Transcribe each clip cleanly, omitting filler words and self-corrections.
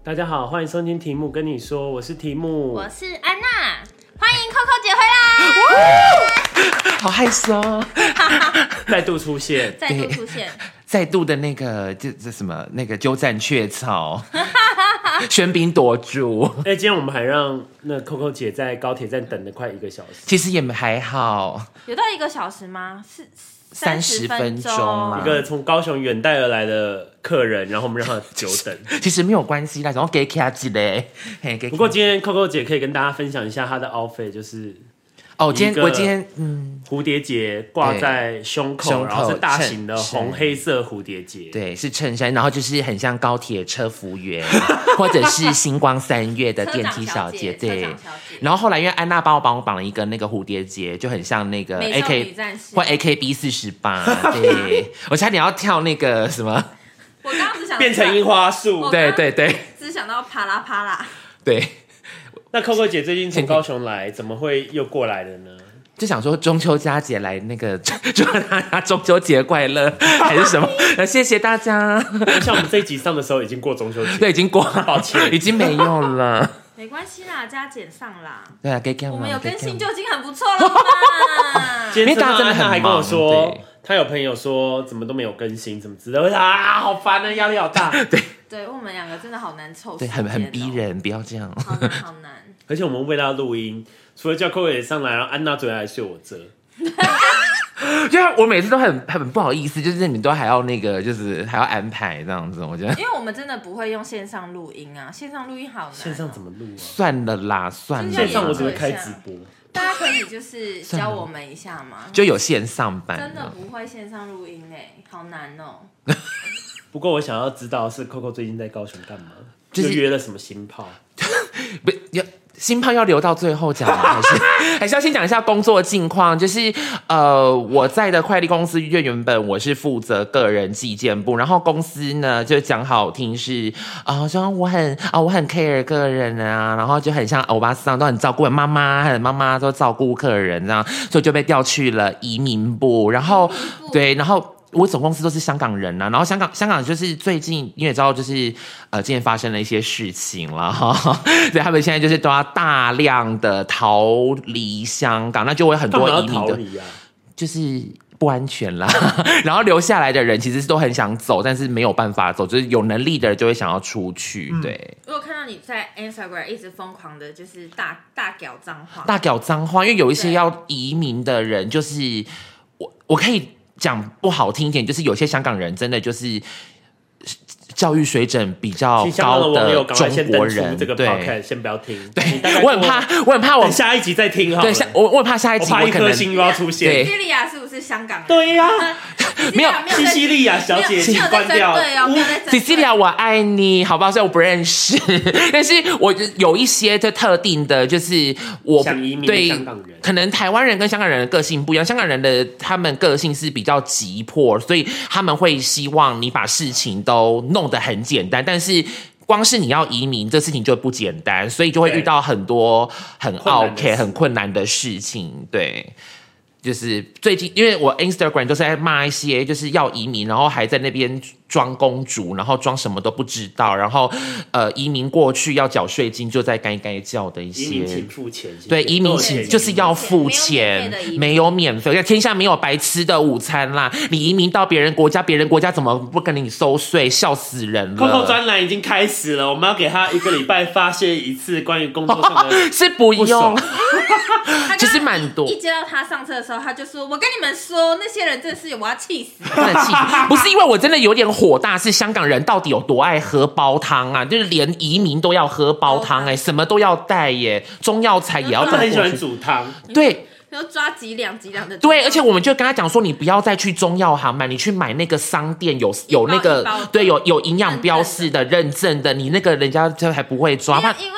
大家好，欢迎收听题目跟你说，我是题目， 我是安娜，欢迎 Coco 姐回来， 好害羞， 再度出现， 再度的那个这什么那个鸠占鹊巢，喧宾夺主。 今天我们还让那 Coco 姐在高铁站等了快1个小时， 其实也还好， 有到1个小时吗？是 30分钟， 一个从高雄远带而来的客人，然后我们让他久等。 其实没有关系啦，然后给卡几嘞。 不过今天 Coco 姐可以跟大家分享一下她的 outfit， 就是我今天蝴蝶结挂在胸口，然后是大型的红黑色蝴蝶结， 对，是衬衫，然后就是很像高铁车服员，或者是星光3月的电梯小姐，对。然后后来因为安娜帮我绑了一个那个蝴蝶结，就很像那个 AKB48，对，我差点要跳那个什么， 我刚刚只想变成樱花树， 对， 只想到啪啦啪啦， 对。 那 Coco 姐最近从高雄来，怎么会又过来了呢？ 就想说中秋佳节来那个祝大家中秋节快乐，还是什么？谢谢大家。 像我们这一集上的时候已经过中秋节， 对，已经过， 抱歉， 已经没用了。 没关系啦，加减上啦。 对啊， 我们有更新就已经很不错了嘛。 今天大家真的还跟我说，他有朋友说怎么都没有更新，怎么之类的啊，好烦啊，压力好大。 对，我们2个真的好难凑时间，对，很逼人，不要这样， 好难。 而且我们为了录音，除了叫 Coco 姐上来，然后安娜昨天还睡我这。 因为我每次都很不好意思，就是你们都还要那个，就是还要安排这样子，我觉得。 因为我们真的不会用线上录音啊，线上录音好难。 线上怎么录啊？ 算了啦，算了。 线上我只会开直播。 大家可以就是教我们一下吗？ 就有线上版。 真的不会线上录音好难哦。 不过我想要知道是 Coco 最近在高雄干嘛？就是约了什么新炮？ 不要。新炮要留到最后讲吗？还是要先讲一下工作近况？就是我在的快递公司，原本我是负责个人寄件部，然后公司呢就讲好听是说我很 care 个人啊，然后就很像欧巴桑都很照顾妈妈都照顾客人这样，所以就被调去了移民部，然后对，然后。我总公司都是香港人然后香港就是最近因为知道就是今天发生了一些事情了哈，对，他们现在就是都要大量的逃离香港，那就会很多移民的，就是不安全啦。然后留下来的人其实都很想走，但是没有办法走，就是有能力的人就会想要出去。对， 我有看到你在 Instagram 一直疯狂的，就是大屌脏话，因为有一些要移民的人，就是我可以。讲不好听一点，就是有些香港人真的就是教育水准比较高的中国人， 对，先不要听。 对，我很怕我下一集再听哈。 对，我很怕下一集我可能1颗星又要出现。 西西利亚是不是香港人？ 对呀， 没有西西利亚小姐，请关掉。 西西利亚，我爱你，好不好？虽然我不认识，但是我有一些特定的，就是我想移民的香港人， 可能台湾人跟香港人的个性不一样，香港人的他们个性是比较急迫，所以他们会希望你把事情都弄得很简单，但是光是你要移民这事情就不简单，所以就会遇到很多很困难的事情，对。就是最近，因为我 Instagram 都是在骂一些就是要移民，然后还在那边装公主，然后装什么都不知道，然后移民过去要缴税金就在该叫的一些， 移民请付钱， 对，移民就是要付钱，没有免费，天下没有白吃的午餐啦。你移民到别人国家怎么不跟你收税？笑死人了。 Coco 专栏已经开始了，我们要给他1个礼拜发泄一次关于工作上的是不用，其实蛮多。 一接到他上车的时候，他就说：“我跟你们说，那些人真的是我要气死。” 不是因为我真的有点火大，是香港人到底有多爱喝煲汤啊？就是连移民都要喝煲汤什么都要带耶，中药材也要带过去。 很喜欢煮汤， 对。 然后抓几两的， 对，而且我们就跟他讲说，你不要再去中药行买，你去买那个商店有那个对有营养标示的认证的，你那个人家就还不会抓， 因为要自己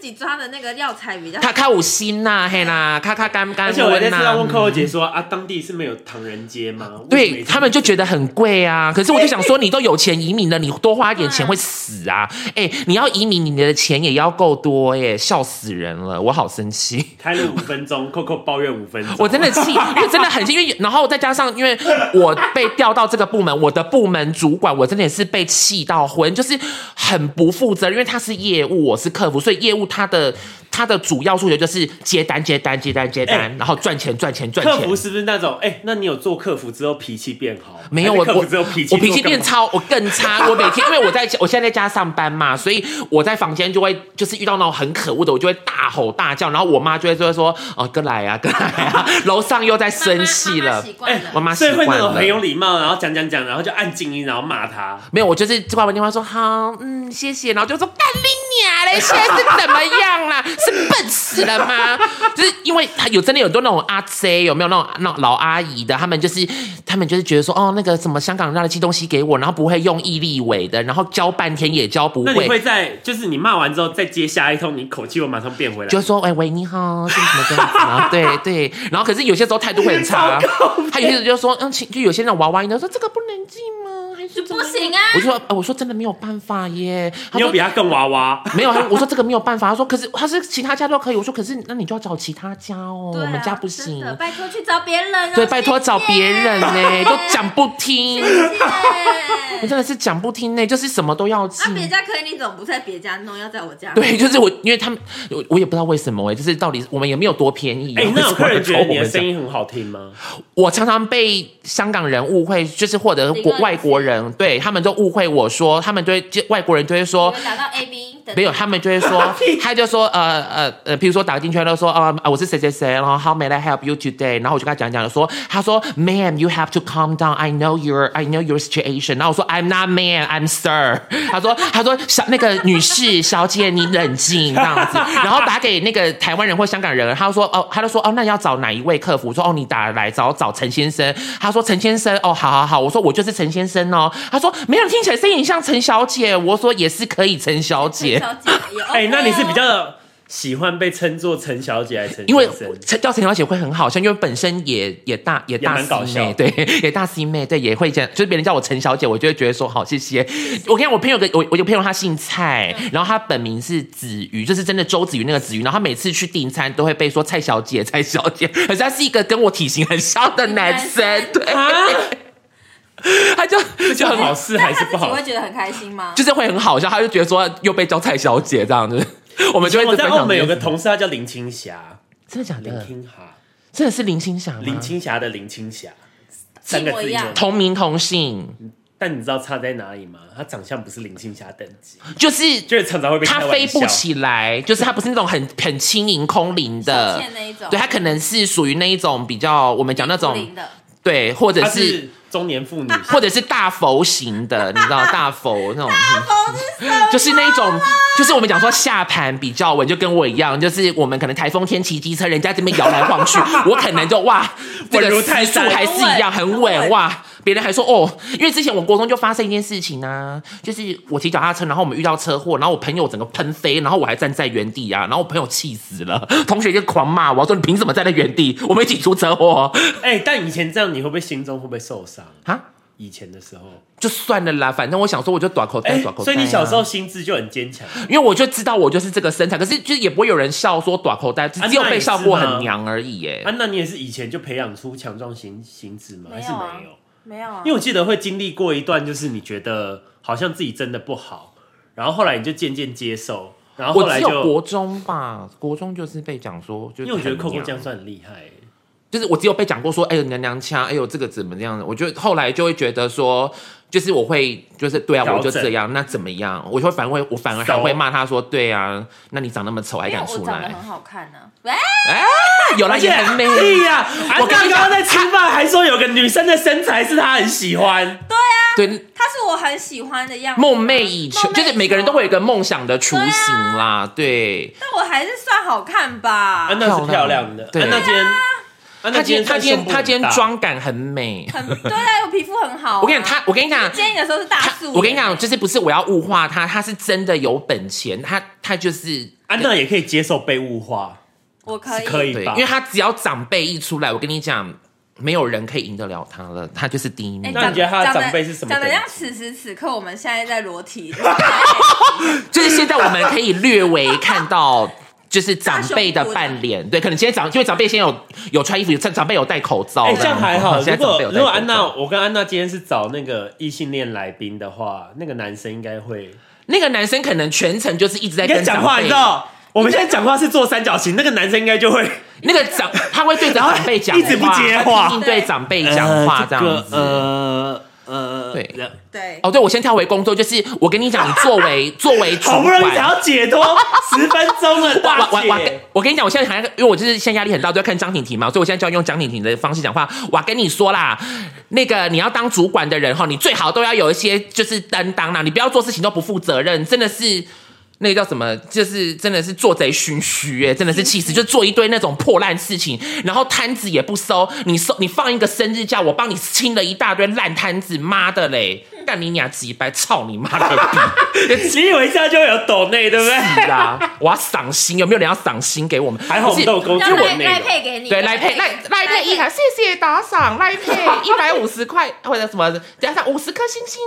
己抓的那个药材比较卡卡五星呐，嘿啦，卡卡干干。 而且我这次要问Coco姐说啊，当地是没有唐人街吗？ 对他们就觉得很贵啊。可是我就想说，你都有钱移民了，你多花一点钱会死啊？你要移民，你的钱也要够多耶，笑死人了，我好生气。 开了5分钟，Coco 抱怨5分钟， 我真的气，因为真的很气，因为然后再加上，因为我被调到这个部门，我的部门主管，我真的也是被气到昏，就是很不负责，因为他是业务，我是客服，所以业务他的主要诉求就是接单，然后赚钱。 客服是不是那种？那你有做客服之后脾气变好？ 没有， 客服之后脾气变超，我更差。我每天因为我现在在家上班嘛，所以我在房间就会就是遇到那种很可恶的，我就会大吼大叫，然后我妈就会说哥来啊，楼上又在生气了。我妈习惯了， 所以会那种很有礼貌，然后讲，然后就按静音，然后骂他。 没有，我就是挂完电话说好，谢谢，然后就说干你娘嘞，现在是怎么样啦？是笨死了吗？就是因为真的有很多那种阿 Z， 有没有那种老阿姨的，他们就是觉得说那个什么香港让的寄东西给我，然后不会用毅力伟的，然后教半天也教不会。 那你会就是你骂完之后再接下一通，你口气会马上变回来， 就说喂你好，是什么这样子啊？对，然后可是有些时候态度会很差，他有些人就说就有些那种娃娃音的说这个不能寄吗？还是不行啊？ 我说真的没有办法耶。 你有比他更娃娃？ 没有，我说这个没有办法。他说可是他是其他家都可以。我说可是那你就要找其他家哦，我们家不行。 拜托去找别人。 对，拜托找别人呢，都讲不听。我真的是讲不听呢，就是什么都要寄。 别家可以，你怎么不在别家弄，要在我家？ 对，就是因为他们，我也不知道为什么就是到底我们也没有多便宜。 那有客人觉得你的声音很好听吗？ 我常常被香港人误会，就是或者外国人，对他们都误会我说，他们外国人就会说打到 AB。 没有，他们就会说，他就说譬如说打进去都说我是谁谁谁，然后 How may I help you today？ 然后我就跟他讲说，他说 Ma'am you have to calm down. I know your situation。然后我说 I'm not man, I'm sir。他说那个女士小姐你冷静这样子。然后打给那个台湾人或香港人，他就说那你要找哪一位客服？我说你打来找陈先生。他说陈先生好。我说我就是陈先生哦。他说没有，听起来声音像陈小姐。我说也是可以陈小姐。 那你是比较喜欢被称作陈小姐还是陈先生？ 因为叫陈小姐会很好笑，因为本身也大蛮搞笑， 对，也大 C 妹，对，也会这样，就是别人叫我陈小姐，我就会觉得说好，谢谢。我跟你讲，我有朋友他姓蔡，然后他本名是子瑜，就是真的周子瑜那个子瑜，然后他每次去订餐都会被说蔡小姐，可是他是一个跟我体型很像的男生，对。他就很好事还是不好？ 你会觉得很开心吗？ 就是会很好笑，他就觉得说又被叫蔡小姐这样子，我们就会一直分享。 我们有个同事，他叫林青霞， 真的假的？ 林青霞， 真的是林青霞吗？ 林青霞的林青霞，3个字同名同姓。 但你知道差在哪里吗？他长相不是林青霞等级， 就是常常会被他飞不起来，就是他不是那种很轻盈空灵的那一种， 对他可能是属于那一种比较我们讲那种对，或者是中年妇女， 或者是大佛型的，你知道大佛那种，就是那一种，就是我们讲说下盘比较稳，就跟我一样，就是我们可能台风天骑机车，人家这边摇来晃去，我可能就这个时速还是一样很稳哇。别人还说因为之前我国中就发生一件事情啊，就是我骑脚踏车，然后我们遇到车祸，然后我朋友整个喷飞，然后我还站在原地啊，然后我朋友气死了，同学就狂骂我，说你凭什么站在原地？我们一起出车祸。 但以前这样你会不会心中会不会受伤啊？ 以前的时候就算了啦，反正我想说我就短口袋， 所以你小时候心智就很坚强， 因为我就知道我就是这个身材，可是就是也不会有人笑说短口袋，只有被笑过很娘而已耶。 那你也是以前就培养出强壮心智吗？还是没有？ 没有啊， 因为我记得会经历过一段，就是你觉得好像自己真的不好，然后后来你就渐渐接受，然后后来就我只有国中吧，国中就是被讲说，因为我觉得Coco这样算很厉害， 就是我只有被讲过说，娘娘腔，这个怎么样？我就后来就会觉得说，就是我会就是对啊，我就这样，那怎么样？我反而还会骂他说，对啊，那你长那么丑还敢出来？ 我长得很好看呢。 有啦，也很美呀！我刚刚在吃饭还说有个女生的身材是他很喜欢。 对啊， 对， 她是我很喜欢的样子。 梦寐以求，就是每个人都会有一个梦想的雏形啦。对， 但我还是算好看吧。 那是漂亮的。 他今天妆感很美， 对啊，我皮肤很好。 我跟你讲， 接你的时候是大素。 我跟你讲，就是不是我要物化他是真的有本钱，他就是安娜也可以接受被物化， 我可以吧？ 因为他只要长辈一出来，我跟你讲。没有人可以赢得了他了，他就是第一名。 那你觉得他的长辈是什么？ 讲得像此时此刻我们现在在裸体， 就是现在我们可以略微看到，就是长辈的半脸。对，可能今天因为长辈先有穿衣服，长辈有戴口罩。 这样还好。如果安娜，我跟安娜今天是找那个异性恋来宾的话，那个男生应该会， 那个男生可能全程就是一直在跟讲话，你知道？我们现在讲话是做三角形，那个男生应该就会他会对着长辈讲话， 一直不接话， 应对长辈讲话这样子。对，对，我先跳回工作，就是我跟你讲，你作为主管， 好不容易想要解脱10分钟了，大姐。 我跟你讲，我现在因为我就是现在压力很大，都要看张婷婷嘛，所以我现在就要用张婷婷的方式讲话。我跟你说啦，那个你要当主管的人哈，你最好都要有一些就是担当啦，你不要做事情都不负责任，真的是。那个叫什么？就是真的是做贼心虚真的是气死！就做一堆那种破烂事情，然后摊子也不收，你放一个生日假，我帮你清了一大堆烂摊子，妈的嘞！干你娘几百，操你妈的逼！ 你以为这样就会有抖内，对不对？ 是啊，我要赏心，有没有人要赏心给我们？ 还好我们都有工作赖配给你， 对，赖配一台，谢谢打赏，赖配150块或者什么，加上50颗星星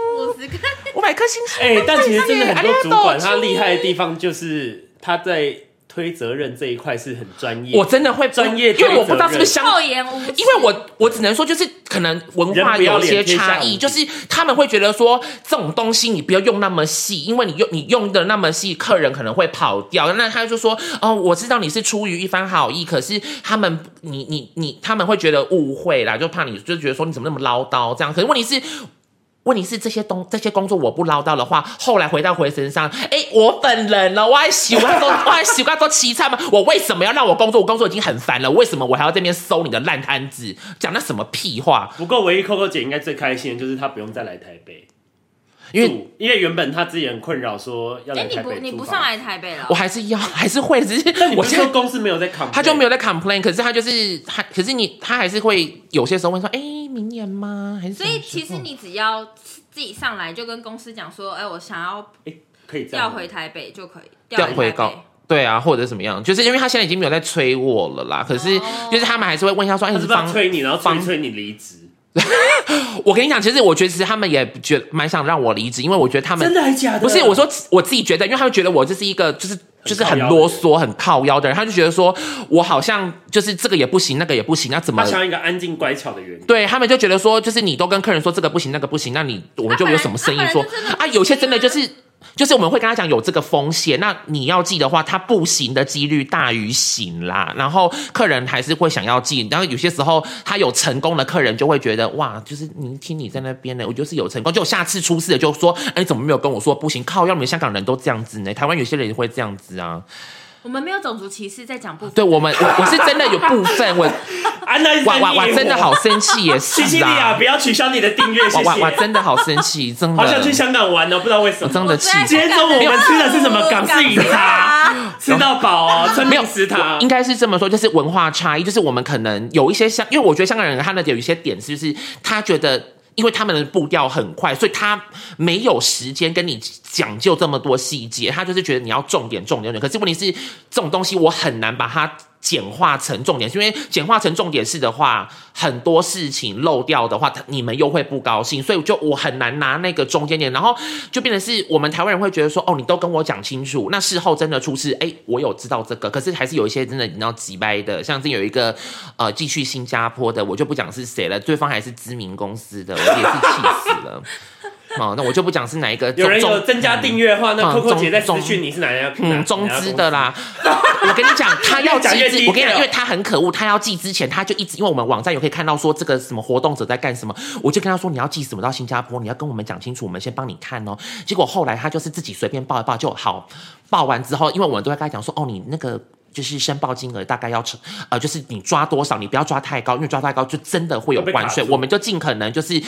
，500颗星星。 但其实真的很多主管他厉害的地方就是他在推责任这一块是很专业， 我真的会专业， 因为我不知道是不是厚颜无耻， 因为我只能说就是可能文化有一些差异，就是他们会觉得说这种东西你不要用那么细，因为你用的那么细，客人可能会跑掉。那他就说我知道你是出于一番好意，可是他们他们会觉得误会啦，就怕你就觉得说你怎么那么唠叨这样。可是问题是这些工作我不唠叨的话，后来回身上，我本人了，我还喜欢做凄惨吗？我为什么要让我工作？我工作已经很烦了，为什么我还要这边收你的烂摊子？讲那什么屁话？ 不过唯一 Coco 姐应该最开心的就是她不用再来台北。因为原本他自己很困扰，说要来台北你不上来台北了？ 我还是会，只是我现在公司没有在 complain， 他就没有在 complain， 可是他就是可是他还是会有些时候问说，明年吗？还是所以其实你只要自己上来就跟公司讲说，我想要可以调回台北就可以调回高。对啊，或者什么样，就是因为他现在已经没有在催我了啦。可是就是他们还是会问一下说， 他是不是催你，然后催你离职？ 我跟你讲，其实我觉得他们也蛮想让我离职，因为我觉得他们真的还假的？ 不是，我说我自己觉得，因为他们觉得我就是一个就是很啰嗦、很靠腰的人，他就觉得说我好像就是这个也不行，那个也不行，那怎么？ 他像一个安静乖巧的人。 对他们就觉得说，就是你都跟客人说这个不行，那个不行，那我们就有什么生意做啊？有些真的就是我们会跟他讲有这个风险，那你要记的话，他不行的几率大于行啦。然后客人还是会想要记，然后有些时候他有成功的客人就会觉得哇，就是你听你在那边呢，我就是有成功，就下次出事了就说，怎么没有跟我说不行？靠，要你们香港人都这样子呢，台湾有些人也会这样子啊。 我们没有种族歧视，在讲部分。 对我是真的有部分，我真的好生气也是啊！ 西西利亚，不要取消你的订阅，谢谢。 我真的好生气，真的。 好想去香港玩哦，不知道为什么。 我真的气。 今天中午我们吃的是什么港式饮茶？吃到饱哦，春茗食堂。 应该是这么说，就是文化差异，就是我们可能有一些因为我觉得香港人他的有一些点是，就是他觉得。因为他们的步调很快，所以他没有时间跟你讲究这么多细节，他就是觉得你要重点。可是问题是，这种东西我很难把它简化成重点，因为简化成重点是的话，很多事情漏掉的话，你们又会不高兴，所以我很难拿那个中间点，然后就变成是我们台湾人会觉得说，你都跟我讲清楚，那事后真的出事，我有知道这个，可是还是有一些真的你知道急掰的，像有一个寄去新加坡的，我就不讲是谁了，对方还是知名公司的，我也是气死了。那我就不讲是哪一个。 有人有增加订阅的话，那 Coco 姐在私讯你是哪家？ 中资的啦。我跟你讲，他要寄我跟你讲，因为他很可恶，他要寄之前他就一直，因为我们网站有可以看到说这个什么活动者在干什么，我就跟他说你要寄什么到新加坡，你要跟我们讲清楚，我们先帮你看哦。结果后来他就是自己随便报一报就好，报完之后，因为我们都会跟他讲说，你那个。就是申报金额大概要就是你抓多少，你不要抓太高，因为抓太高就真的会有关税。我们就尽可能就是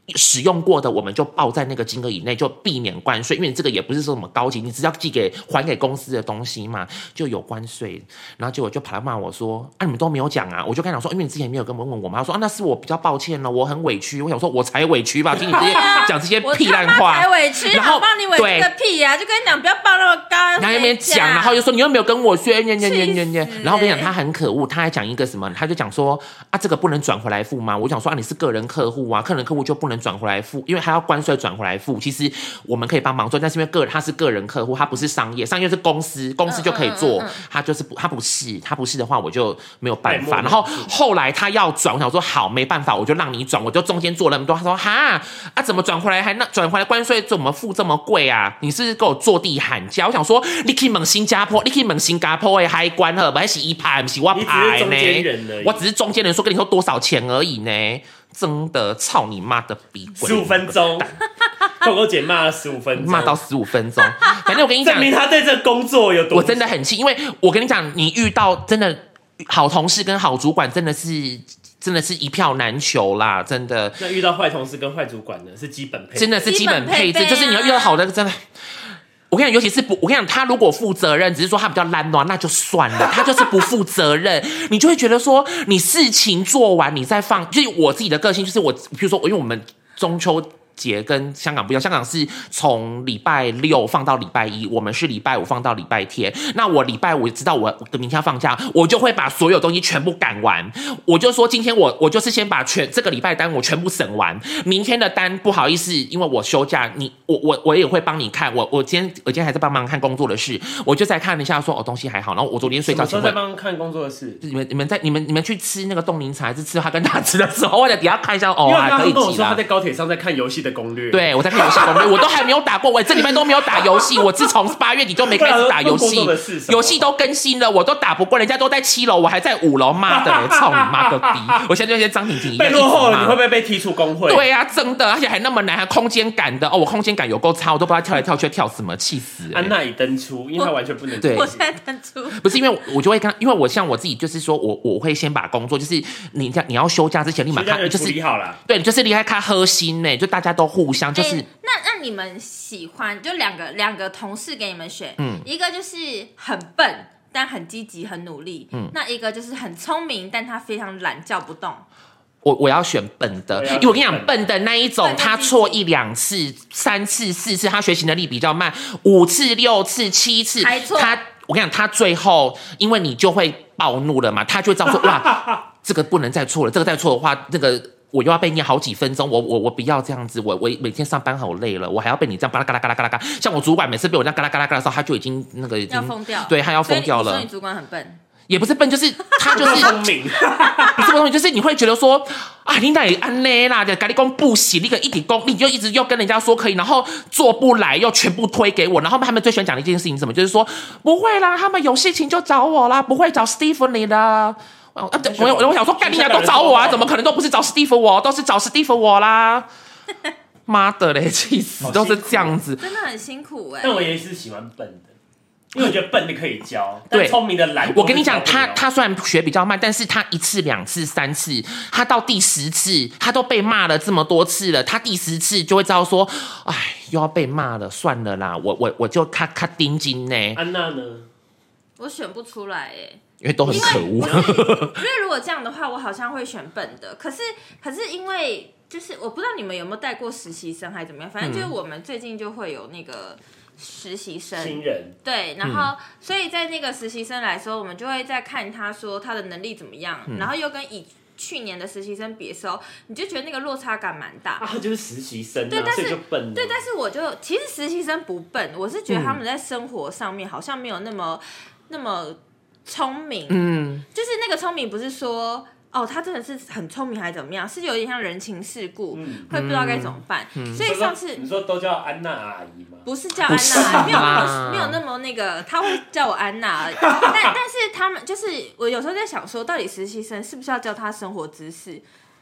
使用过的我们就报在那个金额以内，就避免关税，因为你这个也不是说什么高级，你只要还给公司的东西嘛，就有关税。然后结果就跑来骂我说啊，你们都没有讲啊！我就跟他讲说，因为你之前没有跟我问我嘛。他说啊，那是我比较抱歉了，我很委屈。我想说，我才委屈吧，听你这些讲这些屁烂话， 我才委屈，然后帮你委屈个屁啊！就跟你讲，不要报那么高。 然后那边讲，然后又说你又没有跟我说，然后我跟你讲，他很可恶，他还讲一个什么？他就讲说啊，这个不能转回来付吗？我讲说啊，你是个人客户啊，客户就不能转回来付，因为还要关税转回来付。其实我们可以帮忙做，但是因为他是个人客户，他不是商业是公司就可以做，他不是的话，我就没有办法。然后后来他要转，我想说好，没办法，我就让你转，我就中间做了那么多。他说哈啊，怎么转回来转回来关税怎么付这么贵啊？你是给我坐地喊价？我想说，你可以问新加坡的海关好，不是一排，不是我排呢？我只是中间人说跟你说多少钱而已呢？真的操你妈的逼鬼 ！15分钟，狗狗姐骂了15分钟， 骂到15分钟。反正我跟你讲， 证明他对这个工作有多…… 我真的很气，因为我跟你讲，你遇到真的好同事跟好主管，真的是一票难求啦，真的。 那遇到坏同事跟坏主管呢？是基本配置， 真的是基本配置，就是你要遇到好的，真的。我跟你讲，尤其是我跟你讲，他如果负责任，只是说他比较懒惰，那就算了。他就是不负责任，你就会觉得说，你事情做完，你再放。就是我自己的个性，就是比如说，因为我们中秋节跟香港不一样，香港是从礼拜6放到礼拜1，我们是礼拜5放到礼拜天。那我礼拜5知道我明天要放假，我就会把所有东西全部赶完。我就说今天我就是先把这个礼拜单我全部审完，明天的单不好意思，因为我休假，我也会帮你看。我今天还在帮忙看工作的事，我就再看一下说东西还好。然后我昨天睡觉前在帮看工作的事， 你们去吃那个冻柠茶还是吃哈根达斯的时候，我在底下看一下还可以挤啦。 我说他在高铁上在看游戏的攻略， 对，我在看游戏攻略，我都还没有打过，我这礼拜都没有打游戏。我自从8月底就没开始打游戏，游戏都更新了，我都打不过，人家都在7楼，我还在5楼，妈的嘞，操你妈个逼！我现在就跟张婷婷一样， 被落后了，你会不会被踢出工会？ 对啊，真的，而且还那么难，还空间感的我空间感有够差，我都不知道跳来跳去跳什么，气死！ 安娜已登出，因为她完全不能。 对， 我现在登出， 不是因为我就会因为我像我自己就是说我会先把工作，就是你要休假之前立马看，就是处理好了， 对，就是离开看核心呢，就大家都互相就是。 那你们喜欢就两个同事给你们选，一个就是很笨但很积极很努力，那一个就是很聪明但他非常懒叫不动。 我要选笨的，因为我跟你讲，笨的那一种，他错1、2次、3次、4次，他学习能力比较慢，5次、6次、7次，我跟你讲，他最后因为你就会暴怒了嘛，他就会知道说哇，这个不能再错了，这个再错的话，这个。我又要被念好几分钟，我不要这样子，我每天上班好累了，我还要被你这样巴拉嘎啦嘎啦嘎啦嘎。像我主管每次被我这样嘎啦嘎啦嘎啦的时候，他就已经要疯掉， 对，他要疯掉了。 所以你主管很笨， 也不是笨，就是他就是聪明， 不是聪明，就是你会觉得说啊，你哪里安呢啦？咖喱工不行，那个一体工，你就一直又跟人家说可以，然后做不来，又全部推给我。然后他们最喜欢讲的一件事情是什么？就是说不会啦，他们有事情就找我啦，不会找 Stephanie 的。我想说，干你娘都找我啊！怎么可能都不是找 Steve 我，都是找 Steve 我啦！妈的嘞，气死！都是这样子， 真的很辛苦但我也是喜欢笨的，因为我觉得笨的可以教，但聪明的懒。 我跟你讲，他虽然学比较慢，但是他1次、2次、3次，他到第10次，他都被骂了这么多次了，他第10次就会知道说，哎，又要被骂了，算了啦，我就咔盯紧呢。 安娜呢？ 我选不出来耶。 因为都很可恶，因为如果这样的话，我好像会选笨的。可是因为就是我不知道你们有没有带过实习生还是怎么样，反正就是我们最近就会有那个实习生新人， 对，然后所以在那个实习生来说，我们就会在看他说他的能力怎么样，然后又跟去年的实习生比的时候，你就觉得那个落差感蛮大啊，他就是实习生， 对，但是所以就笨了， 对，但是我就其实实习生不笨，我是觉得他们在生活上面好像没有那么聪明，就是那个聪明不是说他真的是很聪明还是怎么样，是有点像人情世故，会不知道该怎么办。所以上次你说都叫安娜阿姨吗？ 不是叫安娜，没有那么那个，他会叫我安娜而已。但是他们就是我有时候在想说，到底实习生是不是要教他生活知识？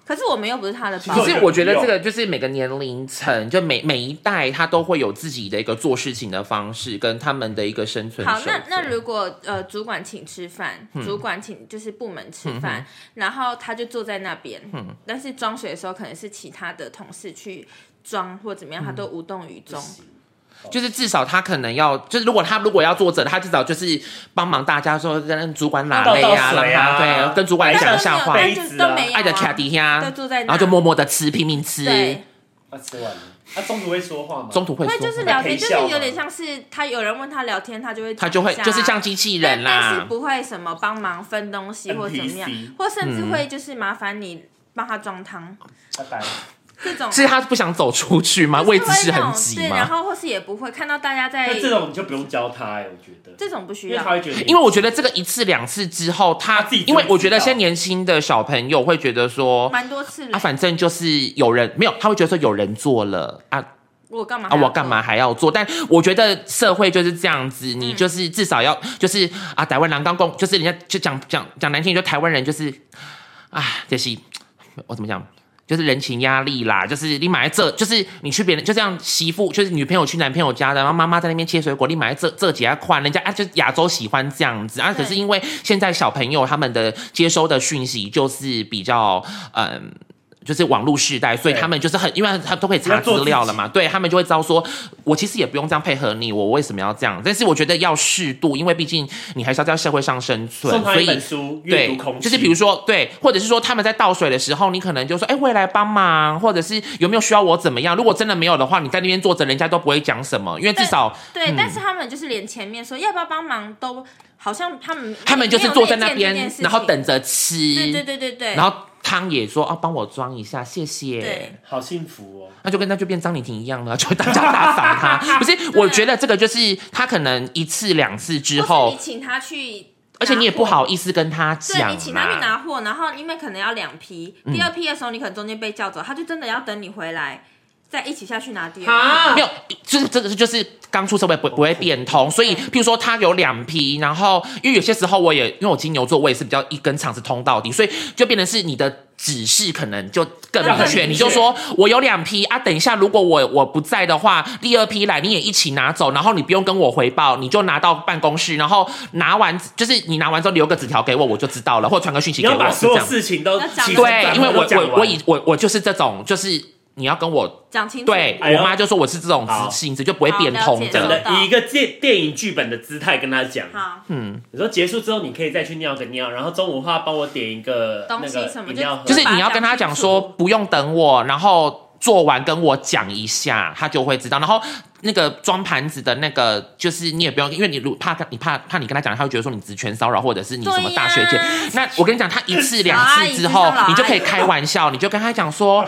可是我们又不是他的保姆。 可是我觉得这个就是每个年龄层，就每一代他都会有自己的一个做事情的方式，跟他们的一个生存好，那如果主管请吃饭，主管请就是部门吃饭，然后他就坐在那边，但是装水的时候可能是其他的同事去装或怎么样，他都无动于衷。 就是至少他可能要，就是如果要坐着，他至少就是帮忙大家说跟主管拉累啊，让他对跟主管讲一下话，爱的卡底下，然后就默默的吃，拼命吃。 对， 吃完了。他中途会说话吗？ 中途会说， 就是聊天，就是有点像是他有人问他聊天，他就会就是像机器人啦， 但是不会什么帮忙分东西或怎么样，或甚至会就是麻烦你帮他装汤。 拜拜。 这种是他不想走出去吗？位置是很挤吗？ 对，然后或是也不会看到大家在。 这种你就不用教他，我觉得这种不需要， 因为他会觉得， 因为我觉得这个1次2次之后，他自己，因为我觉得现在年轻的小朋友会觉得说， 蛮多次了反正就是有人没有，他会觉得说有人做了啊。 我干嘛还要做？但我觉得社会就是这样子，你就是至少要就是台湾人刚共，就是人家就讲难听，就台湾人就是就是我怎么讲？就是人情压力啦，就是你买这，就是你去别人就这样媳妇，就是女朋友去男朋友家的，然后妈妈在那边切水果，你买这几块，人家就是亚洲喜欢这样子可是因为现在小朋友他们的接收的讯息就是比较就是网络世代，所以他们就是因为他都可以查资料了嘛，对他们就会知道说，我其实也不用这样配合你，我为什么要这样？但是我觉得要适度，因为毕竟你还是要在社会上生存， 送他一本书，阅读空气， 就是比如说对，或者是说他们在倒水的时候，你可能就说，我也来帮忙，或者是有没有需要我怎么样？如果真的没有的话，你在那边坐着，人家都不会讲什么，因为至少对，但是他们就是连前面说要不要帮忙都好像他们就是坐在那边，然后等着吃， 对， 然后。汤也说帮我装一下，谢谢。 对， 好幸福哦。 那就变张婷婷一样了，就大家打扫他。不是，我觉得这个就是他可能1次2次之后， 你请他去， 而且你也不好意思跟他讲。 对，你请他去拿货，然后因为可能要2批，第2批的时候你可能中间被叫走，他就真的要等你回来。再一起下去拿第2批， 没有，就是这个就是刚出社会不会变通，所以譬如说他有2批，然后因为有些时候因为我金牛座，我也是比较一根肠子通到底，所以就变成是你的指示可能就更明确，你就说我有2批等一下如果我不在的话，第2批来你也一起拿走，然后你不用跟我回报，你就拿到办公室，然后拿完就是你拿完之后留个纸条给我就知道了，或传个讯息给我， 你要把所有事情都对，因为我就是这种就是。你要跟我讲清楚， 对我妈就说我是这种性质，就不会变通的。 以一个电影剧本的姿态跟她讲，你说结束之后你可以再去尿个尿，然后中午的话帮我点一个东西什么， 就是你要跟她讲说不用等我，然后做完跟我讲一下，她就会知道。然后那个装盘子的那个，就是你也不用，因为你怕你跟他讲，他会觉得说你职权骚扰，或者是你什么大学姐。那我跟你讲，他1次2次之后，你就可以开玩笑，你就跟他讲说，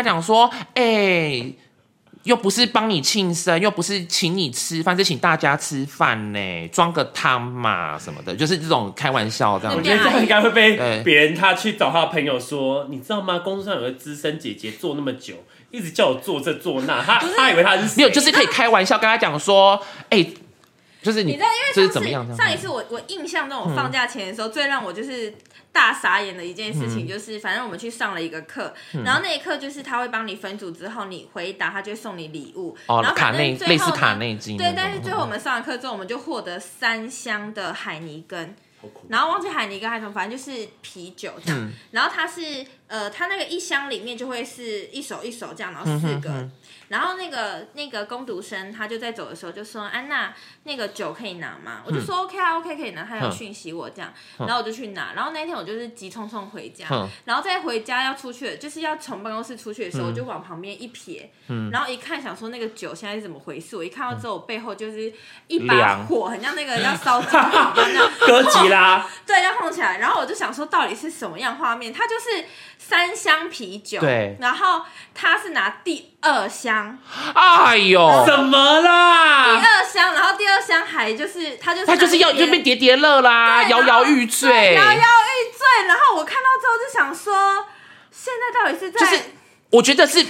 又不是帮你庆生，又不是请你吃饭，是请大家吃饭呢，装个汤嘛什么的，就是这种开玩笑这样。 我觉得这样应该会被别人他去找他的朋友说，你知道吗？工作上有个资深姐姐做那么久。一直叫我做这做那，他以为他是谁？ 没有，就是可以开玩笑跟他讲说，就是你知道，因为这是怎么样？ 上一次我印象中，我放假前的时候，最让我就是大傻眼的一件事情，就是反正我们去上了一个课，然后那一课就是他会帮你分组之后，你回答他就会送你礼物，然后卡内类似卡内基， 对，但是最后我们上完课之后，我们就获得3箱的海尼根。然后忘记海尼根还是什么，反正就是啤酒这样。然后它是它那个1箱里面就会是一手这样，然后4个。然后那个工读生他就在走的时候就说：“安娜，那个酒可以拿吗？”我就说 ：“OK 啊 ，OK 可以拿。”他有讯息我这样，然后我就去拿。然后那天我就是急匆匆回家，然后再回家要出去，就是要从办公室出去的时候，我就往旁边一瞥，然后一看想说那个酒现在是怎么回事？我一看到之后，我背后就是一把火，很像那个要烧金一样， 哥吉拉， 对，要碰起来。然后我就想说，到底是什么样画面？它就是3箱啤酒， 对， 然后他是拿第2箱， 哎呦， 怎么啦？ 第2箱，然后第2箱还就是他就是要就变叠叠乐啦，摇摇欲坠， 摇摇欲坠。然后我看到之后就想说，现在到底是在？ 就是我觉得是。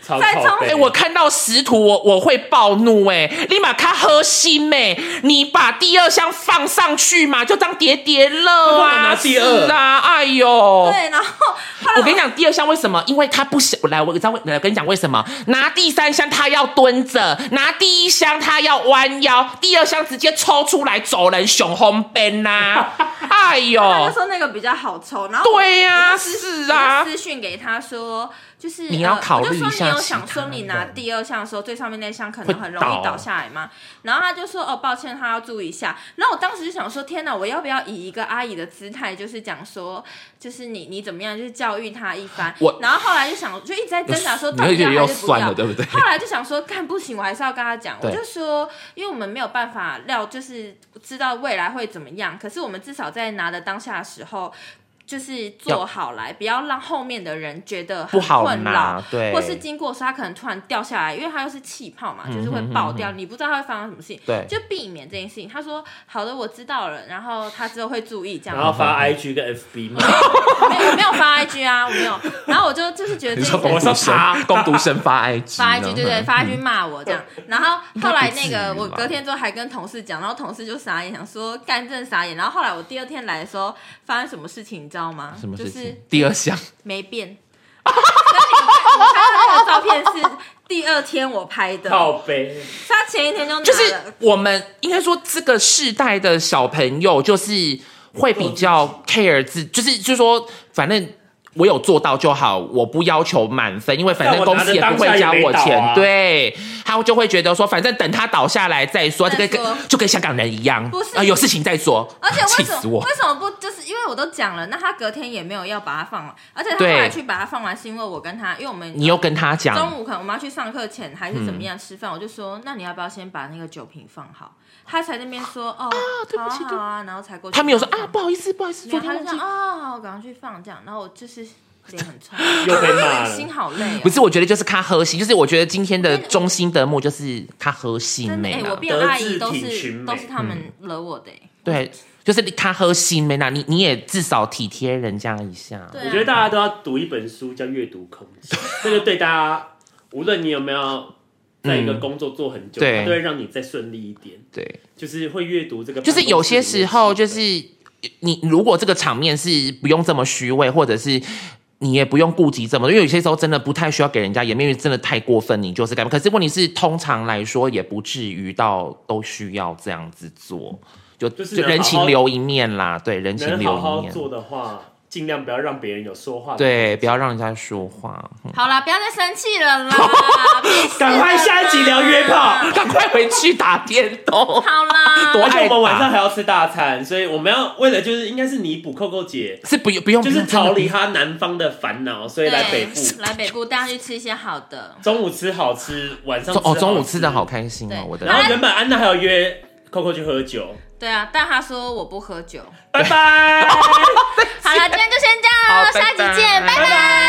再冲北。 我看到食图我会暴怒立马看核心你把第2箱放上去嘛，就当叠叠乐啊， 拿第2 是啊，哎呦， 对，然后我跟你讲第2箱为什么？因为他不想来，我跟你讲为什么？拿第3箱他要蹲着，拿第1箱他要弯腰，第2箱直接抽出来走人熊红边啦，哎呦， 他就说那个比较好抽，然后对呀， 是啊， 私讯给他说。就是你要考虑一下， 我就说你有想说你拿第2项的时候，最上面那箱可能很容易倒下来吗？然后他就说抱歉，他要注意一下。然后我当时就想说，天哪，我要不要以一个阿姨的姿态，就是讲说，就是你怎么样，就是教育他一番。然后后来就想，就一直在挣扎说，到底要还是不要， 对不对？ 后来就想说，干不行，我还是要跟他讲。我就说，因为我们没有办法就是知道未来会怎么样，可是我们至少在拿的当下的时候。就是做好来，不要让后面的人觉得很困扰， 对， 或是经过的时候，它可能突然掉下来，因为它又是气泡嘛，就是会爆掉，你不知道它会发生什么事情， 对， 就避免这件事情。他说好的，我知道了，然后他之后会注意这样。 然后发 IG 跟 FB 吗？ 没有发 IG 啊，我没有。然后我就是觉得这我说他工读生发 IG， 发 IG 对，发 IG 骂我这样。然后后来那个我隔天之后还跟同事讲，然后同事就傻眼，想说干真傻眼。然后后来我第2天来的时候，发生什么事情你知道吗？ 什么事情？ 就是第2箱没变。所以你看那个照片是第2天我拍的， 靠背。 他前1天就拿了。 就是我们应该说这个世代的小朋友，就是会比较 care 就是说，反正我有做到就好，我不要求满分，因为反正公司也不会加我钱，对，他就会觉得说，反正等他倒下来再说，这个就跟香港人一样， 不是有事情再说。 而且气死我！ 为什么不就是因为我都讲了，那他隔天也没有要把它放完，而且他后来去把它放完，是因为我跟他，因为我们你又跟他讲， 中午可能我们要去上课前还是怎么样吃饭，我就说那你要不要先把那个酒瓶放好？他才那边说对不起， 好啊，然后才过去。 他没有说不好意思，昨天他就这样好，我赶快去放这样，然后我就是脸很臭， 又被骂了， 心好累。 不是，我觉得就是他核心，就是我觉得今天的中心德目就是他核心美我变阿姨都是他们惹我的。 对，就是他核心美呐，你也至少体贴人家一下。 我觉得大家都要读一本书，叫阅读空气，这个对大家，无论你有没有在一个工作做很久，它都会让你再顺利一点。 对， 就是会阅读这个， 就是有些时候，就是你如果这个场面是不用这么虚伪，或者是你也不用顾及这么多，因为有些时候真的不太需要给人家颜面，因为真的太过分，你就是干嘛？可是问题是，通常来说也不至于到都需要这样子做，就人情留一面啦。对，人情留一面。 能好好做的话，尽量不要让别人有说话的。 对，不要让人家说话。 好啦，不要再生气了啦， 赶快下一集聊约炮， 赶快回去打电动。 好啦， 而且我们晚上还要吃大餐，所以我们要为了就是应该是弥补扣扣姐是不用就是逃离她南方的烦恼，所以来北部， 来北部带她去吃一些好的， 中午吃好吃，晚上吃好吃中午吃的好开心哦，我的。 然后原本安娜还有约扣扣去喝酒。 对啊，但他说我不喝酒。 拜拜。 好了，今天就先这样，下集见，拜拜。